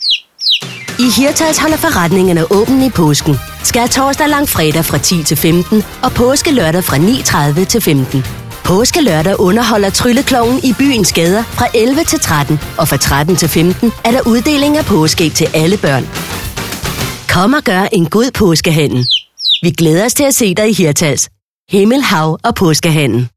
I Hirtals holder forretningerne åben i påsken. Skærtorsdag langfredag fra 10 til 15 og påskelørdag fra 9:30 til 15. Påskelørdag underholder Tryllekloven i byens gader fra 11 til 13, og fra 13 til 15 er der uddeling af påskeæg til alle børn. Kom og gør en god påskehandel. Vi glæder os til at se dig i Hirtals. Himmel, hav og påskehandel.